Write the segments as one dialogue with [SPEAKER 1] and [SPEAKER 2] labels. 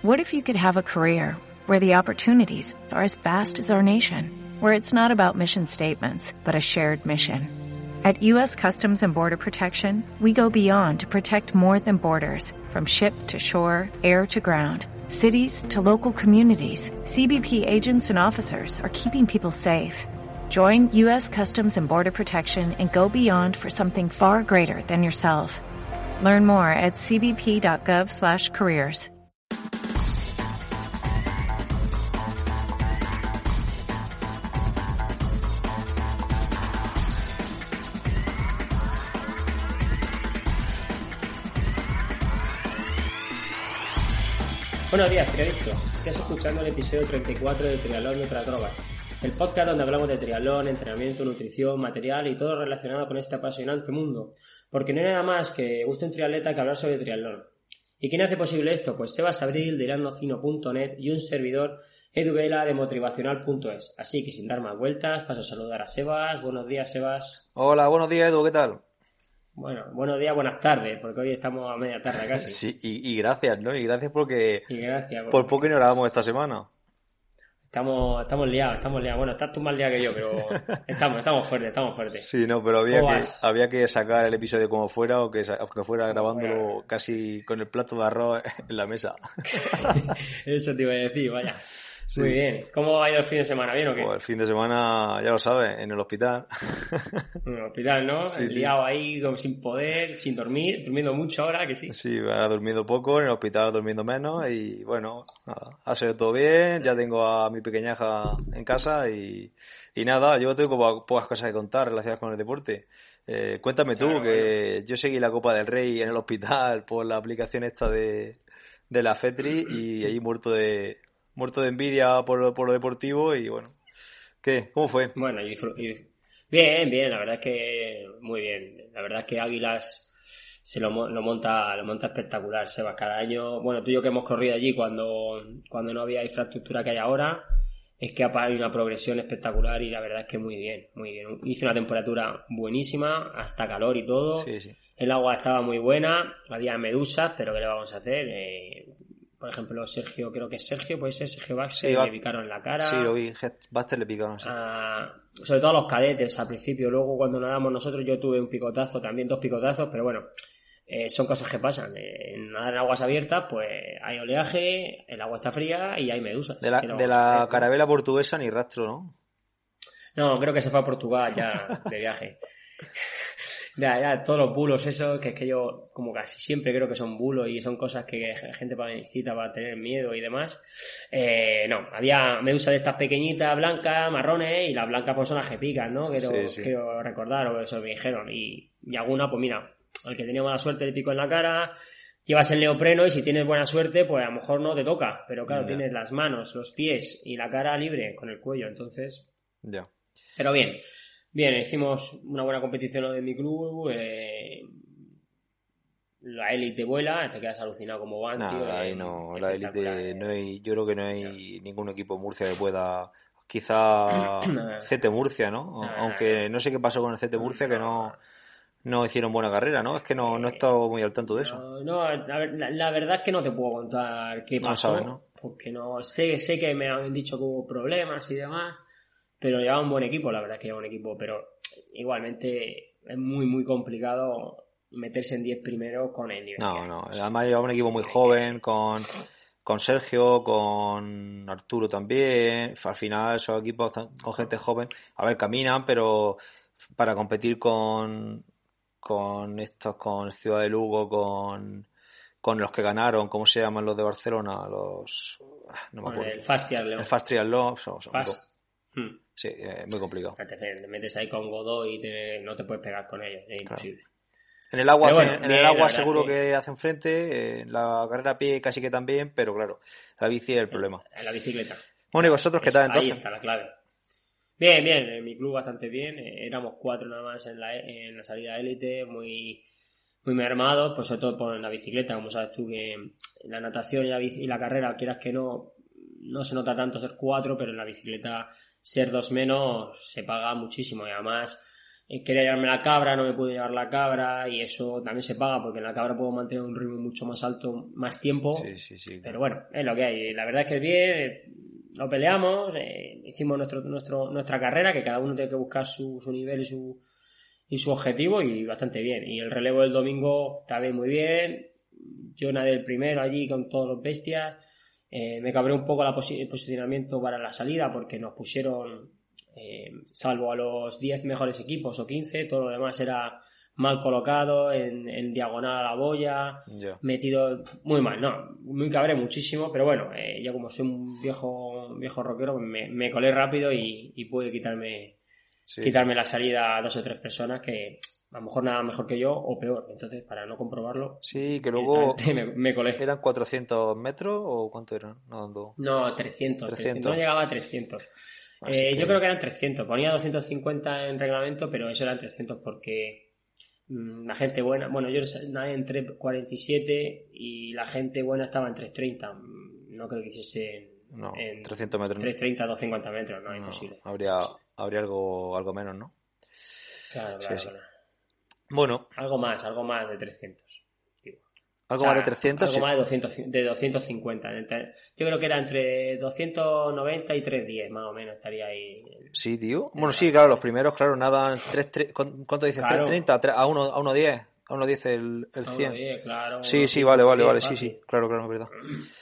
[SPEAKER 1] What if you could have a career where the opportunities are as vast as our nation, where it's not about mission statements, but a shared mission? At U.S. Customs and Border Protection, we go beyond to protect more than borders, from ship to shore, air to ground, cities to local communities. CBP agents and officers are keeping people safe. Join U.S. Customs and Border Protection and go beyond for something far greater than yourself. Learn more at cbp.gov/careers.
[SPEAKER 2] Buenos días, triadicto. Estás escuchando el episodio 34 de Triatlón y otras drogas, el podcast donde hablamos de triatlón, entrenamiento, nutrición, material y todo relacionado con este apasionante mundo, porque no hay nada más que guste un triatleta que hablar sobre triatlón. ¿Y quién hace posible esto? Pues Sebas Abril de ilandocino.net y un servidor, Edu Vela de motivacional.es. Así que sin dar más vueltas, paso a saludar a Sebas. Buenos días, Sebas.
[SPEAKER 3] Hola, buenos días, Edu, ¿qué tal?
[SPEAKER 2] Bueno, buenos días, buenas tardes, porque hoy estamos a media tarde casi.
[SPEAKER 3] Sí, y gracias, ¿no? Y gracias porque
[SPEAKER 2] gracias,
[SPEAKER 3] por poco no grabamos esta semana.
[SPEAKER 2] Estamos liados. Bueno, estás tú más liado que yo, pero estamos fuertes.
[SPEAKER 3] Sí, no, pero había que sacar el episodio como fuera, o que fuera grabándolo casi con el plato de arroz en la mesa.
[SPEAKER 2] Eso te iba a decir, vaya.
[SPEAKER 3] Sí.
[SPEAKER 2] Muy bien. ¿Cómo ha ido el fin de semana? ¿Bien o qué?
[SPEAKER 3] Pues el fin de semana, ya lo sabes, en el hospital.
[SPEAKER 2] En el hospital, ¿no?
[SPEAKER 3] Sí,
[SPEAKER 2] liado ahí, sin poder, sin dormir, durmiendo mucho ahora, que sí.
[SPEAKER 3] Sí, ha dormido poco, en el hospital durmiendo menos y bueno, nada, ha sido todo bien, ya tengo a mi pequeñaja en casa y nada, yo tengo pocas cosas que contar relacionadas con el deporte. Cuéntame tú,
[SPEAKER 2] Claro,
[SPEAKER 3] que yo seguí la Copa del Rey en el hospital por la aplicación esta de la FETRI y ahí muerto de envidia por lo deportivo y bueno. ¿Qué? ¿Cómo fue?
[SPEAKER 2] Bueno, bien, la verdad es que muy bien. La verdad es que Águilas se lo monta espectacular, Sebas. Cada año, bueno, tú y yo que hemos corrido allí cuando no había infraestructura que hay ahora, es que hay una progresión espectacular y la verdad es que muy bien. Hice una temperatura buenísima, hasta calor y todo.
[SPEAKER 3] Sí.
[SPEAKER 2] El agua estaba muy buena, había medusas, pero ¿qué le vamos a hacer? Por ejemplo, Sergio Baxter,
[SPEAKER 3] sí,
[SPEAKER 2] le picaron en la cara.
[SPEAKER 3] Sí, lo vi, Baxter le picaron, sí.
[SPEAKER 2] Sobre todo a los cadetes al principio. Luego cuando nadamos nosotros yo tuve un picotazo, también 2 picotazos, pero bueno, son cosas que pasan. Nadar en aguas abiertas, pues hay oleaje, el agua está fría y hay medusas.
[SPEAKER 3] De la carabela portuguesa ni rastro, ¿no?
[SPEAKER 2] No, creo que se fue a Portugal ya de viaje. Ya, todos los bulos esos, que es que yo como casi siempre creo que son bulos y son cosas que la gente necesita para tener miedo y demás. No, había medusas de estas pequeñitas, blancas, marrones, y las blancas pues son las que pican, ¿no? Quiero recordar, o eso me dijeron. Y alguna, pues mira, al que tenía mala suerte le picó en la cara, llevas el neopreno y si tienes buena suerte, pues a lo mejor no te toca. Pero claro, tienes las manos, los pies y la cara libre con el cuello, entonces...
[SPEAKER 3] Ya.
[SPEAKER 2] Pero bien, hicimos una buena competición de mi club, la élite vuela, te quedas alucinado como van, tío.
[SPEAKER 3] Ahí no, la élite no hay, yo creo que no hay ningún equipo en Murcia que pueda, quizá CT Murcia, ¿no? Aunque no sé qué pasó con el CT Murcia, que no hicieron buena carrera, ¿no? Es que no he estado muy al tanto de eso.
[SPEAKER 2] No, a ver, la verdad es que no te puedo contar qué pasó,
[SPEAKER 3] no sabes, ¿no?
[SPEAKER 2] Porque no sé que me han dicho que hubo problemas y demás. Pero lleva un buen equipo, la verdad es que lleva un equipo, pero igualmente es muy, muy complicado meterse en 10 primeros con el nivel.
[SPEAKER 3] No, además lleva un equipo muy joven, con Sergio, con Arturo también. Al final esos equipos están con gente joven. A ver, caminan, pero para competir con Ciudad de Lugo, con los que ganaron, ¿cómo se llaman los de Barcelona? No me acuerdo.
[SPEAKER 2] El Fast Triathlon.
[SPEAKER 3] El Fast Triathlon.
[SPEAKER 2] Sí,
[SPEAKER 3] muy complicado.
[SPEAKER 2] Te metes ahí con Godó y no te puedes pegar con ellos, es imposible.
[SPEAKER 3] En el agua seguro que hacen frente, en la carrera a pie casi que también, pero claro, la bici es el problema.
[SPEAKER 2] En la bicicleta.
[SPEAKER 3] Bueno, ¿y vosotros qué tal entonces?
[SPEAKER 2] Ahí está la clave. Bien, en mi club bastante bien, éramos 4 nada más en la salida élite, muy, muy mermados, pues sobre todo en la bicicleta, como sabes tú que en la natación y la carrera, quieras que no se nota tanto ser 4, pero en la bicicleta ser 2 menos se paga muchísimo y además quería llevarme la cabra, no me pude llevar la cabra y eso también se paga porque en la cabra puedo mantener un ritmo mucho más alto, más tiempo.
[SPEAKER 3] Sí.
[SPEAKER 2] Pero bueno, es lo que hay. La verdad es que es bien, lo peleamos, hicimos nuestra carrera, que cada uno tiene que buscar su nivel y su objetivo y bastante bien. Y el relevo del domingo también muy bien. Yo nadé el primero allí con todos los bestias. Me cabré un poco el posicionamiento para la salida porque nos pusieron... salvo a los 10 mejores equipos o 15, todo lo demás era mal colocado, en diagonal a la boya, metido muy mal, muy cabré muchísimo, pero bueno, yo como soy un viejo rockero, me colé rápido y pude quitarme la salida a 2 o 3 personas que a lo mejor nada mejor que yo o peor, entonces para no comprobarlo
[SPEAKER 3] sí, que luego
[SPEAKER 2] me colé.
[SPEAKER 3] ¿Eran 400 metros o cuánto eran?
[SPEAKER 2] No, 300. No llegaba a 300. Yo creo que eran 300. Ponía 250 en reglamento, pero eso eran 300 porque la gente buena... Bueno, yo nadé en 3.47 y la gente buena estaba en 3.30. No creo que hiciese en
[SPEAKER 3] 300 metros.
[SPEAKER 2] 3.30, 250 metros. No, imposible.
[SPEAKER 3] Habría algo menos, ¿no?
[SPEAKER 2] Claro.
[SPEAKER 3] Sí. Bueno.
[SPEAKER 2] Algo más de 300.
[SPEAKER 3] Algo más de 300.
[SPEAKER 2] Algo más de 250. Yo creo que era entre 290 y 310, más o menos, estaría ahí.
[SPEAKER 3] Sí, tío. Bueno, sí, claro, los primeros, claro, nada. ¿Cuánto dices?
[SPEAKER 2] Claro.
[SPEAKER 3] 330 a 1.10. A 1.10 el 100.
[SPEAKER 2] 1.10, claro.
[SPEAKER 3] Sí, vale. Sí, claro, es verdad.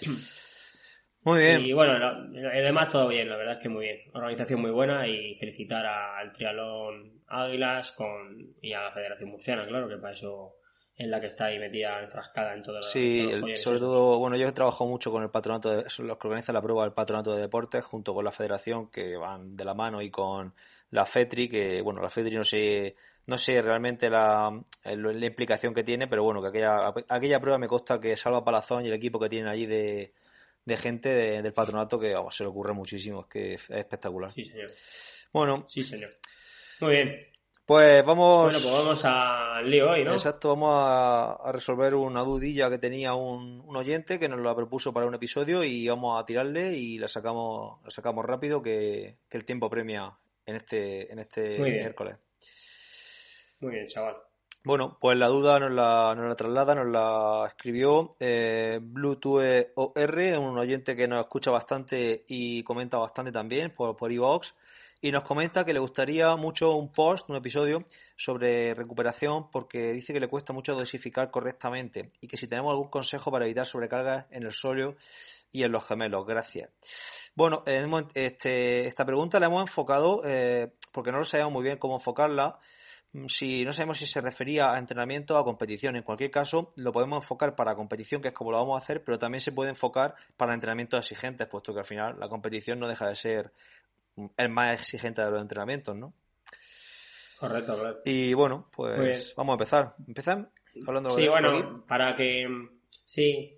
[SPEAKER 3] Muy bien.
[SPEAKER 2] Y bueno, además todo bien, la verdad es que muy bien. Organización muy buena y felicitar al Triatlón Águilas y a la Federación Murciana, claro, que para eso es la que está ahí metida enfrascada en todo lo
[SPEAKER 3] sobre todo, bueno, yo he trabajado mucho con el patronato, son los que organizan la prueba del patronato de deportes, junto con la federación, que van de la mano, y con la FETRI, que bueno, la FETRI no sé realmente la implicación que tiene, pero bueno, que aquella prueba me consta que Salva Palazón y el equipo que tienen allí de gente del patronato, que vamos, se le ocurre muchísimo, es que es espectacular.
[SPEAKER 2] Sí, señor.
[SPEAKER 3] Bueno.
[SPEAKER 2] Sí, señor. Muy bien.
[SPEAKER 3] Pues vamos...
[SPEAKER 2] Bueno, pues vamos al lío hoy, ¿no?
[SPEAKER 3] Exacto, vamos a resolver una dudilla que tenía un oyente que nos la propuso para un episodio y vamos a tirarle y la sacamos rápido, que el tiempo premia en este miércoles.
[SPEAKER 2] Muy bien, chaval.
[SPEAKER 3] Bueno, pues la duda nos la traslada, nos la escribió Bluetooth OR, un oyente que nos escucha bastante y comenta bastante también por iVoox. Y nos comenta que le gustaría mucho un episodio sobre recuperación, porque dice que le cuesta mucho dosificar correctamente y que si tenemos algún consejo para evitar sobrecargas en el sóleo y en los gemelos. Gracias. Bueno, esta pregunta la hemos enfocado porque no lo sabemos muy bien cómo enfocarla. No sabemos si se refería a entrenamiento o a competición. En cualquier caso, lo podemos enfocar para competición, que es como lo vamos a hacer, pero también se puede enfocar para entrenamientos exigentes, puesto que al final la competición no deja de ser el más exigente de los entrenamientos, ¿no?
[SPEAKER 2] Correcto, claro.
[SPEAKER 3] Y bueno, pues vamos a empezar. ¿Empezan? Hablando
[SPEAKER 2] sí, bueno, para que... Sí,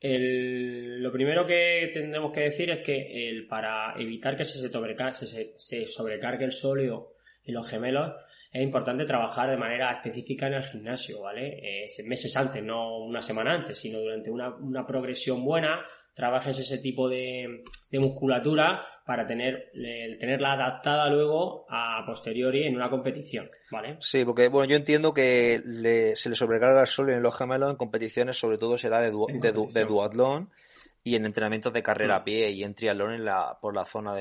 [SPEAKER 2] lo primero que tendremos que decir es que para evitar que se sobrecargue el sóleo y los gemelos, es importante trabajar de manera específica en el gimnasio, ¿vale? Meses antes, no una semana antes, sino durante una progresión buena, trabajes ese tipo de musculatura para tenerla adaptada luego a posteriori en una competición, ¿vale?
[SPEAKER 3] Sí, porque bueno, yo entiendo que se le sobrecarga el sóleo en los gemelos en competiciones, sobre todo será de duatlón y en entrenamientos de carrera a pie y en triatlón por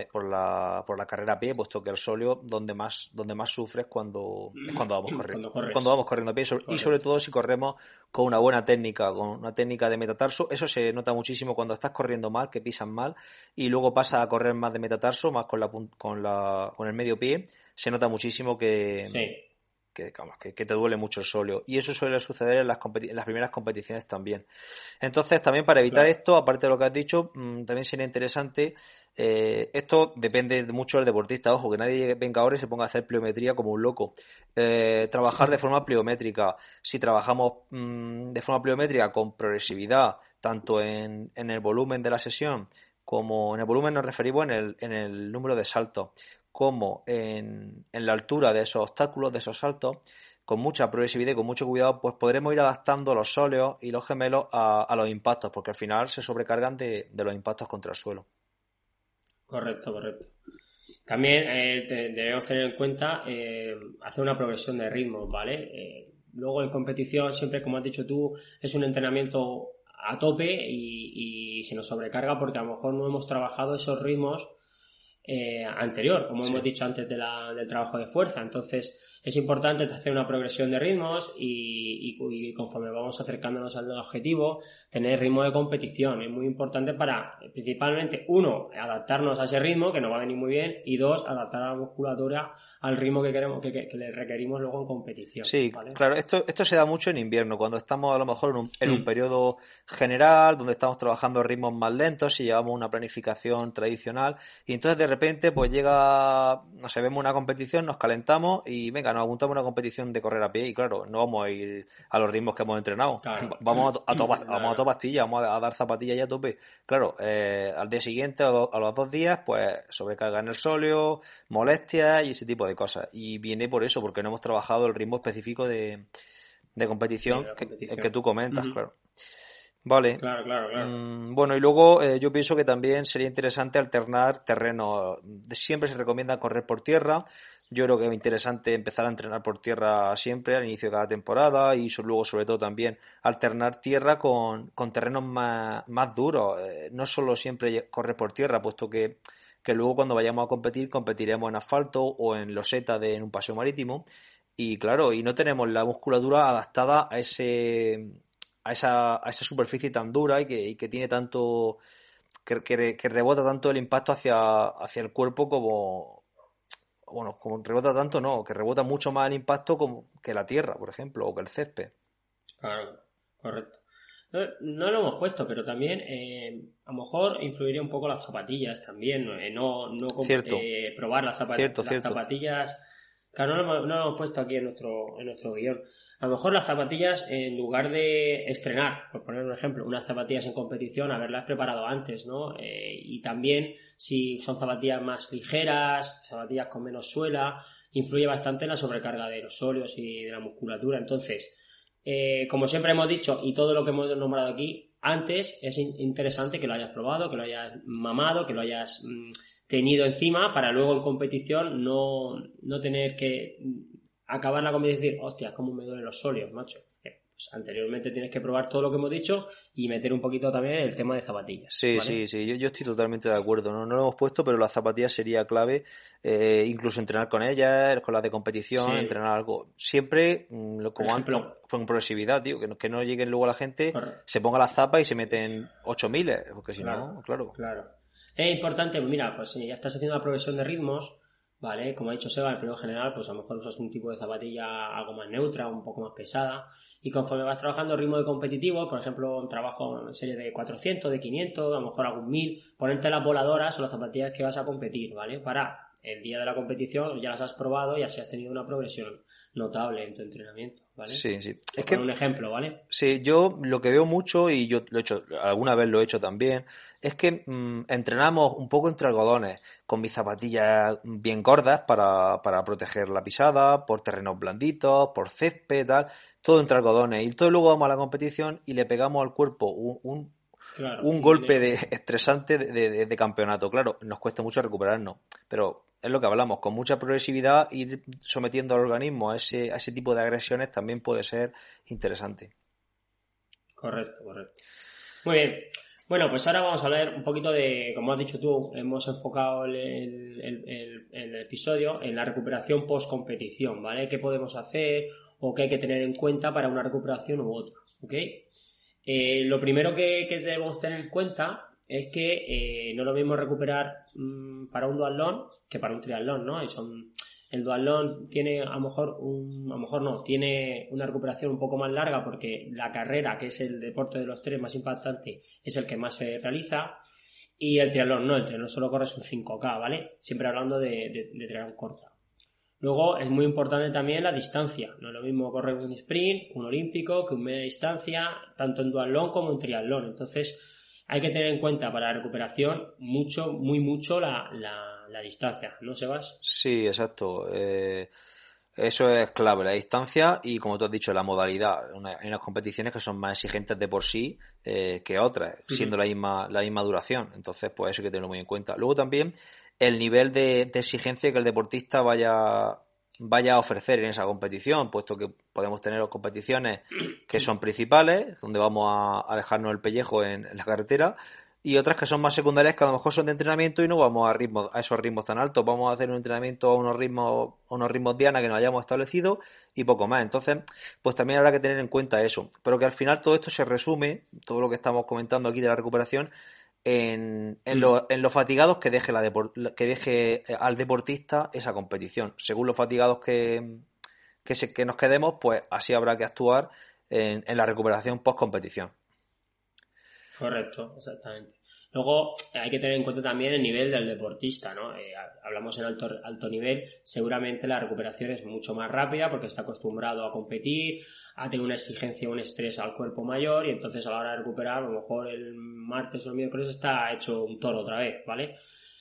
[SPEAKER 3] la carrera a pie, puesto que el sóleo donde más sufres cuando vamos corriendo. Cuando vamos corriendo a pie y sobre todo si corremos con una buena técnica, con una técnica de metatarso. Eso se nota muchísimo cuando estás corriendo mal, que pisas mal, y luego pasas a correr más de metatarso, más con el medio pie. Se nota muchísimo que te duele mucho el sóleo, y eso suele suceder en las primeras competiciones también. Entonces, también para evitar esto, aparte de lo que has dicho, también sería interesante, esto depende mucho del deportista, ojo, que nadie venga ahora y se ponga a hacer pliometría como un loco. Trabajar de forma pliométrica. Si trabajamos de forma pliométrica con progresividad, tanto en el volumen de la sesión, como en el volumen nos referimos en el número de saltos, como en la altura de esos obstáculos, de esos saltos, con mucha progresividad y con mucho cuidado, pues podremos ir adaptando los sóleos y los gemelos a los impactos, porque al final se sobrecargan de los impactos contra el suelo.
[SPEAKER 2] Correcto. También debemos tener en cuenta hacer una progresión de ritmos, ¿vale? Luego en competición siempre, como has dicho tú, es un entrenamiento a tope y se nos sobrecarga porque a lo mejor no hemos trabajado esos ritmos anterior, como hemos dicho antes del trabajo de fuerza. Entonces es importante hacer una progresión de ritmos y conforme vamos acercándonos al objetivo, tener ritmo de competición. Es muy importante para, principalmente, uno, adaptarnos a ese ritmo, que nos va a venir muy bien, y dos, adaptar a la musculatura al ritmo que queremos, que le requerimos luego en competición.
[SPEAKER 3] Sí,
[SPEAKER 2] ¿vale?
[SPEAKER 3] claro, esto se da mucho en invierno, cuando estamos a lo mejor en un periodo general, donde estamos trabajando a ritmos más lentos y llevamos una planificación tradicional, y entonces de repente pues llega, no sé, vemos una competición, nos calentamos y venga, nos apuntamos a una competición de correr a pie y claro, no vamos a ir a los ritmos que hemos entrenado,
[SPEAKER 2] Claro.
[SPEAKER 3] vamos a toda pastilla, vamos a dar zapatillas ya a tope. Claro, al día siguiente, a los 2 días, pues sobrecarga en el sóleo, molestias y ese tipo de cosas. Y viene por eso, porque no hemos trabajado el ritmo específico de competición, que tú comentas, claro. Vale.
[SPEAKER 2] Claro.
[SPEAKER 3] Bueno, y luego yo pienso que también sería interesante alternar terrenos. Siempre se recomienda correr por tierra. Yo creo que es interesante empezar a entrenar por tierra siempre al inicio de cada temporada y luego sobre todo también alternar tierra con terrenos más duros. No solo siempre correr por tierra, puesto que luego cuando vayamos a competir competiremos en asfalto o en loseta en un paseo marítimo y claro, y no tenemos la musculatura adaptada a esa superficie tan dura y que tiene tanto que rebota tanto el impacto hacia el cuerpo como rebota tanto no, que rebota mucho más el impacto como que la tierra, por ejemplo, o que el césped.
[SPEAKER 2] Claro, correcto. No lo hemos puesto, pero también a lo mejor influiría un poco las zapatillas también, probar las zapatillas. Claro, no lo hemos puesto aquí en nuestro guión. A lo mejor las zapatillas, en lugar de estrenar, por poner un ejemplo, unas zapatillas en competición, haberlas preparado antes, ¿no? Y también, si son zapatillas más ligeras, zapatillas con menos suela, influye bastante en la sobrecarga de los óleos y de la musculatura. Entonces, como siempre hemos dicho, y todo lo que hemos nombrado aquí, antes es interesante que lo hayas probado, que lo hayas mamado, que lo hayas tenido encima, para luego en competición no tener que acabar la competición y decir, hostia, cómo me duelen los óleos, macho. Pues anteriormente tienes que probar todo lo que hemos dicho y meter un poquito también el tema de zapatillas.
[SPEAKER 3] Sí, ¿vale? Sí, yo estoy totalmente de acuerdo. No lo hemos puesto, pero las zapatillas sería clave, incluso entrenar con ellas, con las de competición, entrenar algo. Siempre, con progresividad, tío, que no lleguen luego la gente, se ponga las zapas y se meten 8000, porque si no, claro.
[SPEAKER 2] Es importante, mira, pues si ya estás haciendo una progresión de ritmos, ¿vale? Como ha dicho Seba, el periodo general, pues a lo mejor usas un tipo de zapatilla algo más neutra, un poco más pesada, y conforme vas trabajando ritmo de competitivo, por ejemplo, un trabajo en serie de 400, de 500, a lo mejor algún 1000, ponerte las voladoras o las zapatillas que vas a competir, ¿vale? Para el día de la competición ya las has probado y así has tenido una progresión notable en tu entrenamiento, ¿vale?
[SPEAKER 3] Sí.
[SPEAKER 2] Es que un ejemplo, ¿vale?
[SPEAKER 3] Sí, yo lo que veo mucho, y yo lo he hecho, alguna vez lo he hecho también, es que entrenamos un poco entre algodones, con mis zapatillas bien gordas para proteger la pisada, por terrenos blanditos, por césped, tal, todo entre algodones. Y todo luego vamos a la competición y le pegamos al cuerpo un golpe estresante de campeonato. Claro, nos cuesta mucho recuperarnos, pero es lo que hablamos, con mucha progresividad ir sometiendo al organismo a ese tipo de agresiones también puede ser interesante.
[SPEAKER 2] Correcto. Muy bien. Bueno, pues ahora vamos a hablar un poquito de, como has dicho tú, hemos enfocado el episodio en la recuperación post-competición, ¿vale? ¿Qué podemos hacer o qué hay que tener en cuenta para una recuperación u otra? ¿Ok? Lo primero que debemos tener en cuenta es que no es lo mismo recuperar para un duatlón que para un triatlón, ¿no? El duatlón tiene tiene una recuperación un poco más larga porque la carrera, que es el deporte de los tres más impactante, es el que más se realiza, y el triatlón no, el triatlón solo corres un 5K, ¿vale? Siempre hablando de triatlón corta. Luego es muy importante también la distancia. No es lo mismo correr un sprint, un olímpico, que un media distancia, tanto en duatlón como en triatlón. Entonces hay que tener en cuenta para la recuperación muy mucho la distancia, ¿no, Sebas?
[SPEAKER 3] Sí, exacto. Eso es clave, la distancia y, como tú has dicho, la modalidad. Hay unas competiciones que son más exigentes de por sí que otras, siendo la misma duración. Entonces, pues eso hay que tenerlo muy en cuenta. Luego también el nivel de exigencia que el deportista vaya a ofrecer en esa competición, puesto que podemos tener competiciones que son principales, donde vamos a dejarnos el pellejo en la carretera, y otras que son más secundarias, que a lo mejor son de entrenamiento y no vamos a esos ritmos tan altos. Vamos a hacer un entrenamiento a unos ritmos diana que nos hayamos establecido y poco más. Entonces, pues también habrá que tener en cuenta eso. Pero que al final todo esto se resume, todo lo que estamos comentando aquí de la recuperación, en los fatigados que deje al deportista esa competición. Según los fatigados que nos quedemos, pues así habrá que actuar en la recuperación post-competición.
[SPEAKER 2] Correcto, exactamente. Luego hay que tener en cuenta también el nivel del deportista, ¿no? Hablamos en alto nivel, seguramente la recuperación es mucho más rápida porque está acostumbrado a competir, a tener una exigencia, un estrés al cuerpo mayor, y entonces a la hora de recuperar, a lo mejor el martes o el miércoles está hecho un toro otra vez, ¿vale?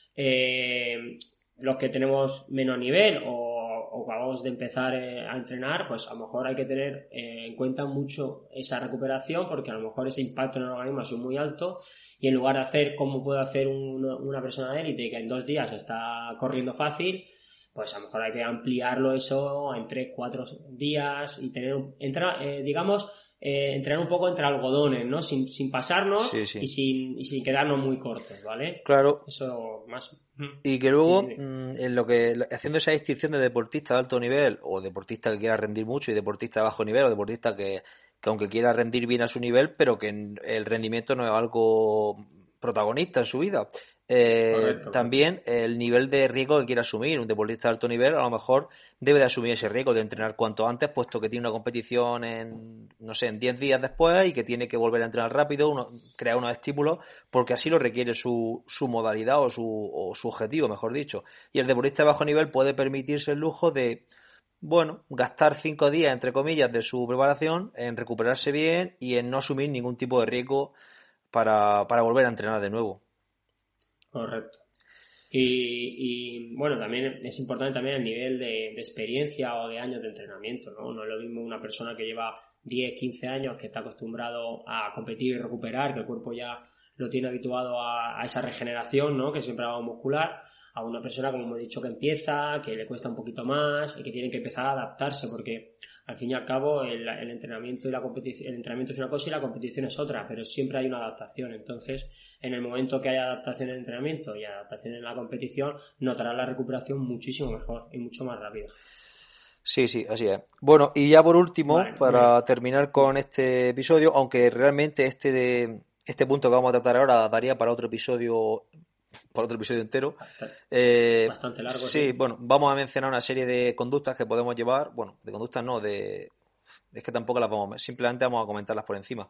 [SPEAKER 2] Los que tenemos menos nivel o acabamos de empezar a entrenar, pues a lo mejor hay que tener en cuenta mucho esa recuperación, porque a lo mejor ese impacto en el organismo ha sido muy alto, y en lugar de hacer como puede hacer una persona de élite que en 2 días está corriendo fácil, pues a lo mejor hay que ampliarlo eso en 3-4 días y tener entrenar un poco entre algodones, ¿no? Sin pasarnos.
[SPEAKER 3] Sí.
[SPEAKER 2] y sin quedarnos muy cortos, ¿vale?
[SPEAKER 3] Claro.
[SPEAKER 2] Eso más.
[SPEAKER 3] Y que luego, haciendo esa distinción de deportista de alto nivel o deportista que quiera rendir mucho y deportista de bajo nivel o deportista que aunque quiera rendir bien a su nivel, pero que el rendimiento no es algo protagonista en su vida. También el nivel de riesgo que quiere asumir un deportista de alto nivel, a lo mejor debe de asumir ese riesgo de entrenar cuanto antes, puesto que tiene una competición en 10 días después y que tiene que volver a entrenar rápido, crear unos estímulos, porque así lo requiere su modalidad o su objetivo, mejor dicho. Y el deportista de bajo nivel puede permitirse el lujo de, gastar 5 días, entre comillas, de su preparación en recuperarse bien y en no asumir ningún tipo de riesgo para volver a entrenar de nuevo.
[SPEAKER 2] Correcto. Y bueno, también es importante también el nivel de experiencia o de años de entrenamiento, ¿no? No es lo mismo una persona que lleva 10, 15 años, que está acostumbrado a competir y recuperar, que el cuerpo ya lo tiene habituado a esa regeneración, ¿no? Que siempre hago muscular, a una persona, como hemos dicho, que empieza, que le cuesta un poquito más y que tiene que empezar a adaptarse, porque al fin y al cabo el entrenamiento y la competición, el entrenamiento es una cosa y la competición es otra, pero siempre hay una adaptación. Entonces, en el momento que haya adaptación en el entrenamiento y adaptación en la competición, notarás la recuperación muchísimo mejor y mucho más rápido.
[SPEAKER 3] Sí, así es. Bueno, y ya por último, para terminar con este episodio, aunque realmente este punto que vamos a tratar ahora daría para otro episodio entero.
[SPEAKER 2] Bastante largo.
[SPEAKER 3] Sí, bueno, vamos a mencionar una serie de conductas que podemos llevar. Bueno, de conductas no, es que tampoco las vamos a... Simplemente vamos a comentarlas por encima.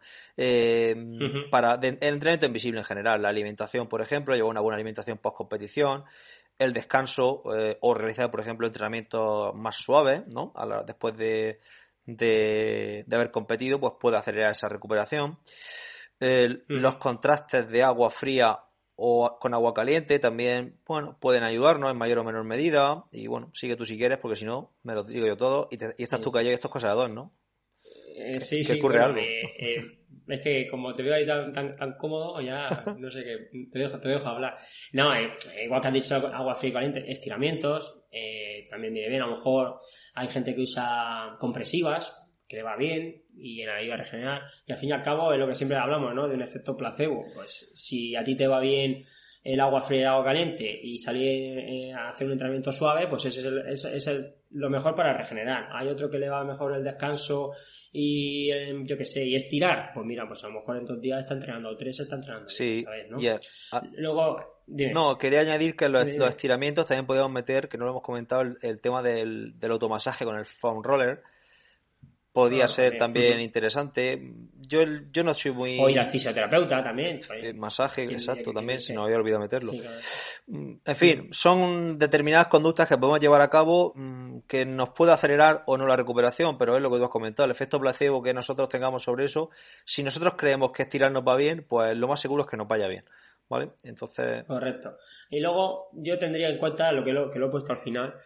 [SPEAKER 3] Para el entrenamiento invisible en general, la alimentación, por ejemplo, llevar una buena alimentación post-competición, el descanso o realizar, por ejemplo, entrenamientos más suaves, ¿no? Después de haber competido, pues puede acelerar esa recuperación. Los contrastes de agua fría o con agua caliente también, pueden ayudarnos en mayor o menor medida. Y bueno, sigue tú si quieres, porque si no, me lo digo yo todo y estás tú callado y esto es cosa de dos, ¿no?
[SPEAKER 2] Sí,
[SPEAKER 3] ocurre algo.
[SPEAKER 2] Es que como te veo ahí tan cómodo, ya no sé qué, te dejo hablar. No, igual que has dicho, agua fría y caliente, estiramientos, también viene bien. A lo mejor hay gente que usa compresivas, que le va bien y ahí va a regenerar. Y al fin y al cabo es lo que siempre hablamos, ¿no? De un efecto placebo. Pues si a ti te va bien el agua fría y el agua caliente y salir a hacer un entrenamiento suave, pues ese es lo mejor para regenerar. Hay otro que le va mejor el descanso y yo qué sé, y estirar. Pues mira, pues a lo mejor en 2 días está entrenando, 3 está entrenando.
[SPEAKER 3] Sí,
[SPEAKER 2] ¿sabes, no?
[SPEAKER 3] Luego,
[SPEAKER 2] dime.
[SPEAKER 3] No, quería añadir que los estiramientos también podíamos meter, que no lo hemos comentado, el tema del automasaje con el foam roller. Podía ser también interesante. Yo no soy muy...
[SPEAKER 2] O ir al fisioterapeuta también.
[SPEAKER 3] Masaje, exacto, también se nos había olvidado meterlo. Sí, claro. En fin, son determinadas conductas que podemos llevar a cabo que nos puede acelerar o no la recuperación, pero es lo que tú has comentado, el efecto placebo que nosotros tengamos sobre eso. Si nosotros creemos que estirar nos va bien, pues lo más seguro es que nos vaya bien, ¿vale? Entonces...
[SPEAKER 2] Correcto. Y luego yo tendría en cuenta lo que lo he puesto al final,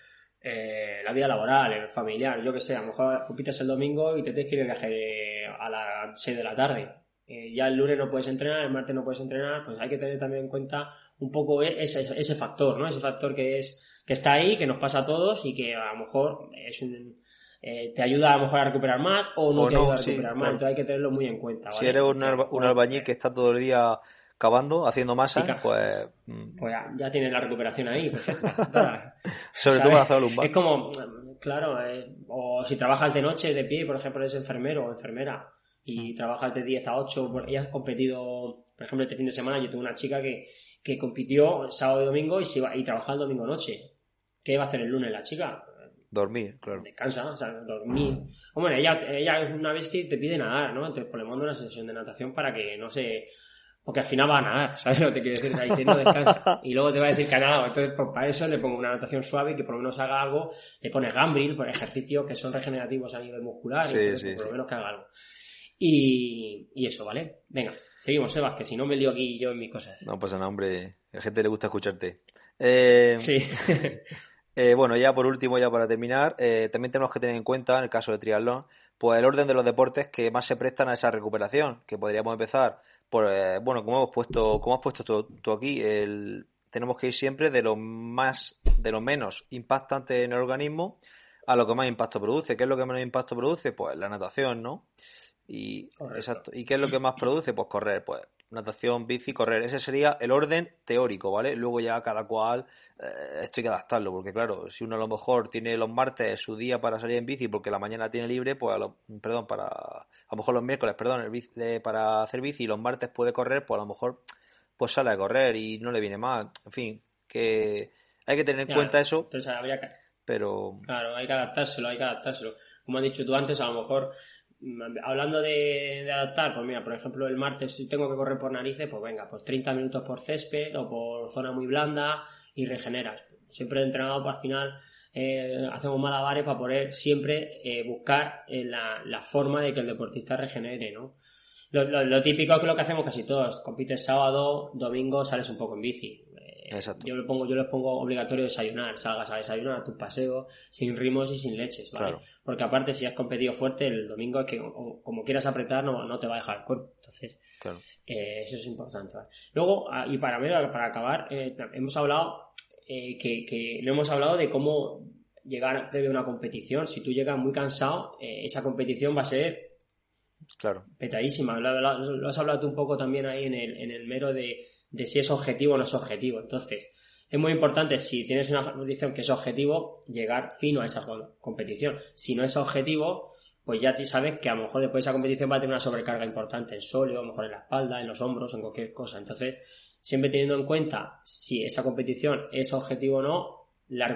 [SPEAKER 2] la vida laboral, el familiar, yo que sé, a lo mejor compites el domingo y te tienes que ir de viaje a las 6 de la tarde. Ya el lunes no puedes entrenar, el martes no puedes entrenar, pues hay que tener también en cuenta un poco ese factor, ¿no? Ese factor que está ahí, que nos pasa a todos y que a lo mejor te ayuda a lo mejor a recuperar más o no te ayuda a recuperar más, entonces hay que tenerlo muy en cuenta, ¿vale?
[SPEAKER 3] Si eres un albañil que está todo el día cavando, haciendo masa, pues
[SPEAKER 2] ya tienes la recuperación ahí, pues
[SPEAKER 3] sobre todo para hacer lumbar.
[SPEAKER 2] Es como, claro, o si trabajas de noche de pie, por ejemplo, eres enfermero o enfermera y trabajas de 10 a 8, ella has competido, por ejemplo, este fin de semana yo tengo una chica que compitió sábado y domingo y trabajaba el domingo noche. ¿Qué va a hacer el lunes la chica?
[SPEAKER 3] Dormir, claro.
[SPEAKER 2] Descansa, o sea, dormir. Hombre, ella es una bestia y te pide nadar, ¿no? Entonces pues le mando una sesión de natación para que no se... Porque al final va a nadar, ¿sabes lo que te quiero decir? Está diciendo descansa. Y luego te va a decir que ha nadado. Entonces, pues para eso le pongo una natación suave y que por lo menos haga algo. Le pones Gambril, por ejercicios que son regenerativos a nivel muscular.
[SPEAKER 3] Sí,
[SPEAKER 2] y entonces,
[SPEAKER 3] sí,
[SPEAKER 2] pues, por lo
[SPEAKER 3] sí.
[SPEAKER 2] menos que haga algo. Y eso, ¿vale? Venga, seguimos, Sebas, que si no me lío aquí yo en mis cosas.
[SPEAKER 3] No pasa nada, hombre. A la gente le gusta escucharte.
[SPEAKER 2] Sí.
[SPEAKER 3] Bueno, ya por último, ya para terminar, también tenemos que tener en cuenta, en el caso de triatlón, pues el orden de los deportes que más se prestan a esa recuperación, que podríamos empezar por, bueno, como has puesto tú aquí, tenemos que ir siempre de lo menos impactante en el organismo a lo que más impacto produce. ¿Qué es lo que menos impacto produce? Pues la natación, ¿no? Exacto. ¿Y qué es lo que más produce? Pues correr, pues natación, bici, correr. Ese sería el orden teórico, ¿vale? Luego ya cada cual esto hay que adaptarlo, porque claro, si uno a lo mejor tiene los martes su día para salir en bici porque la mañana tiene libre, pues a lo mejor los miércoles, para hacer bici y los martes puede correr, pues a lo mejor pues sale a correr y no le viene mal. En fin, que hay que tener en cuenta eso.
[SPEAKER 2] Entonces habría que...
[SPEAKER 3] Pero...
[SPEAKER 2] Claro, hay que adaptárselo. Como has dicho tú antes, a lo mejor... Hablando de adaptar, pues mira, por ejemplo, el martes si tengo que correr por narices, pues venga, pues 30 minutos por césped o por zona muy blanda y regeneras. Siempre he entrenado, pues al final hacemos malabares para poder siempre buscar la forma de que el deportista regenere, ¿no? Lo típico es que lo que hacemos casi todos, compites sábado, domingo sales un poco en bici.
[SPEAKER 3] Exacto.
[SPEAKER 2] Yo les pongo obligatorio desayunar, salgas a desayunar a tu paseo sin rimos y sin leches, ¿vale? Claro. Porque aparte si has competido fuerte el domingo es que como quieras apretar no te va a dejar el cuerpo, entonces claro. Eso es importante, ¿vale? Luego, y para acabar, hemos hablado no hemos hablado de cómo llegar previo a una competición. Si tú llegas muy cansado, esa competición va a ser
[SPEAKER 3] claro
[SPEAKER 2] petadísima. Lo has hablado tú un poco también ahí en el mero de si es objetivo o no es objetivo. Entonces, es muy importante, si tienes una competición que es objetivo, llegar fino a esa competición. Si no es objetivo, pues ya sabes que a lo mejor después de esa competición va a tener una sobrecarga importante en sóleo, a lo mejor en la espalda, en los hombros, en cualquier cosa. Entonces, siempre teniendo en cuenta si esa competición es objetivo o no, la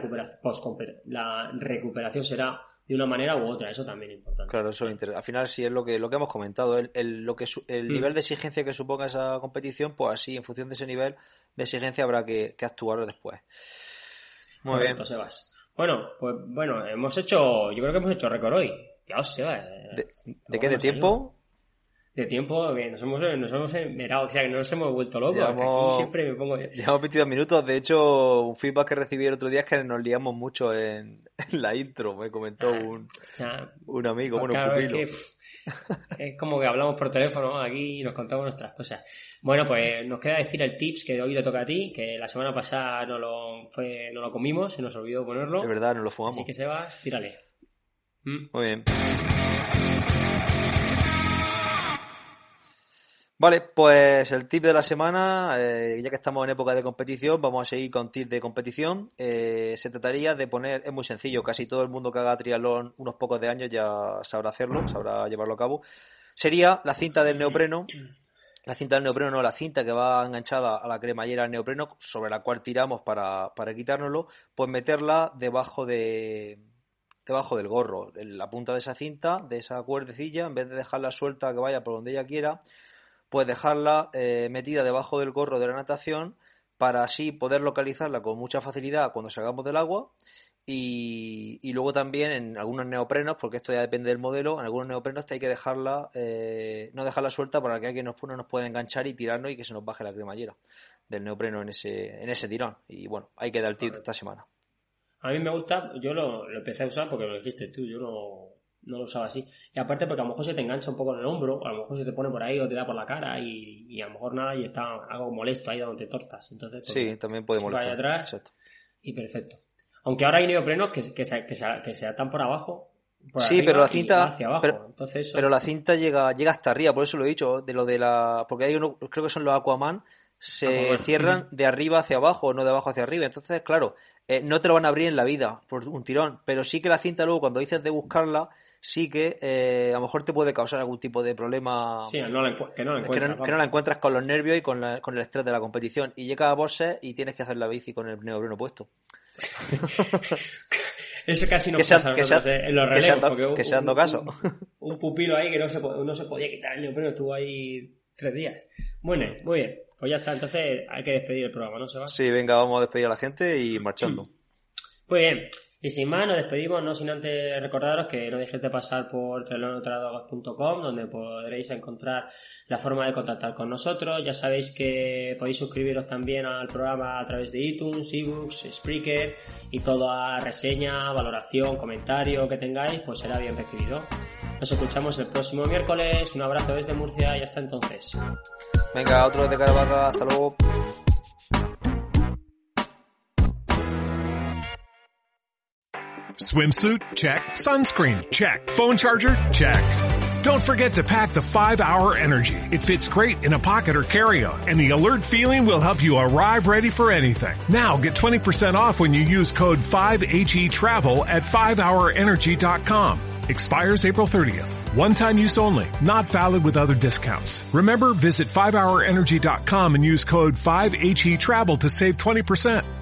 [SPEAKER 2] recuperación será de una manera u otra. Eso también es importante.
[SPEAKER 3] Claro, eso al final sí es lo que hemos comentado, el nivel de exigencia que suponga esa competición, pues así en función de ese nivel de exigencia habrá que actuar después. Muy
[SPEAKER 2] Correcto,
[SPEAKER 3] bien,
[SPEAKER 2] Sebas. Bueno, pues yo creo que hemos hecho récord hoy. Dios, Sebas.
[SPEAKER 3] ¿De qué? ¿De tiempo?
[SPEAKER 2] De tiempo, que nos hemos enmerado, o sea, que nos hemos vuelto locos. Aquí siempre me pongo...
[SPEAKER 3] Llevamos 22 minutos, de hecho, un feedback que recibí el otro día es que nos liamos mucho en la intro, me comentó un amigo,
[SPEAKER 2] pues
[SPEAKER 3] un pupilo.
[SPEAKER 2] Es como que hablamos por teléfono aquí y nos contamos nuestras cosas. Bueno, pues nos queda decir el tips que hoy te toca a ti, que la semana pasada no lo comimos, se nos olvidó ponerlo.
[SPEAKER 3] Es verdad, nos lo fumamos.
[SPEAKER 2] Así que Sebas, tírale.
[SPEAKER 3] Muy bien. Vale, pues el tip de la semana, ya que estamos en época de competición, vamos a seguir con tips de competición. Se trataría de poner, es muy sencillo, casi todo el mundo que haga triatlón unos pocos de años ya sabrá hacerlo, sabrá llevarlo a cabo. Sería la cinta del neopreno. La cinta del neopreno no, la cinta que va enganchada a la cremallera del neopreno, sobre la cual tiramos para quitárnoslo, pues meterla debajo del gorro, en la punta de esa cinta, de esa cuerdecilla, en vez de dejarla suelta que vaya por donde ella quiera, pues dejarla metida debajo del gorro de la natación para así poder localizarla con mucha facilidad cuando salgamos del agua y luego también en algunos neoprenos, porque esto ya depende del modelo, en algunos neoprenos hay que dejarla no dejarla suelta para que alguien no nos pueda enganchar y tirarnos y que se nos baje la cremallera del neopreno en ese tirón. Y bueno, ahí queda el tip de esta semana.
[SPEAKER 2] A mí me gusta, yo lo empecé a usar porque lo dijiste tú, yo no lo usaba así. Y aparte porque a lo mejor se te engancha un poco en el hombro, a lo mejor se te pone por ahí o te da por la cara y a lo mejor nada y está algo molesto ahí donde te tortas. Entonces, pues,
[SPEAKER 3] sí, también puede molestar.
[SPEAKER 2] Atrás, y perfecto. Aunque ahora hay neoprenos que se atan por abajo. Por
[SPEAKER 3] sí, pero la cinta,
[SPEAKER 2] hacia abajo. Entonces, eso...
[SPEAKER 3] pero la cinta llega hasta arriba, por eso lo he dicho, porque hay uno, creo que son los Aquaman, se cierran de arriba hacia abajo, no de abajo hacia arriba. Entonces, claro, no te lo van a abrir en la vida por un tirón, pero sí que la cinta luego cuando dices de buscarla, sí que a lo mejor te puede causar algún tipo de problema.
[SPEAKER 2] Sí, que no
[SPEAKER 3] la encuentras con los nervios y con el estrés de la competición. Y llega a boxes y tienes que hacer la bici con el neopreno puesto.
[SPEAKER 2] Eso casi no pasa en los relevos.
[SPEAKER 3] Que se dando caso.
[SPEAKER 2] Un pupilo ahí que no se podía quitar el neopreno, estuvo ahí 3 días. Bueno, muy bien. Pues ya está, entonces hay que despedir el programa, ¿no, Sebas?
[SPEAKER 3] Sí, venga, vamos a despedir a la gente y marchando.
[SPEAKER 2] Muy bien. Y sin más, nos despedimos, no sin antes recordaros que no dejéis de pasar por triatlonutradogas.com, donde podréis encontrar la forma de contactar con nosotros. Ya sabéis que podéis suscribiros también al programa a través de iTunes, eBooks, Spreaker, y toda reseña, valoración, comentario que tengáis, pues será bien recibido. Nos escuchamos el próximo miércoles. Un abrazo desde Murcia y hasta entonces.
[SPEAKER 3] Venga, otro de Caravaca, hasta luego.
[SPEAKER 4] Swimsuit? Check. Sunscreen? Check. Phone charger? Check. Don't forget to pack the 5-Hour Energy. It fits great in a pocket or carry-on, and the alert feeling will help you arrive ready for anything. Now get 20% off when you use code 5HETRAVEL at 5hourenergy.com. Expires April 30th. One-time use only. Not valid with other discounts. Remember, visit 5hourenergy.com and use code 5HETRAVEL to save 20%.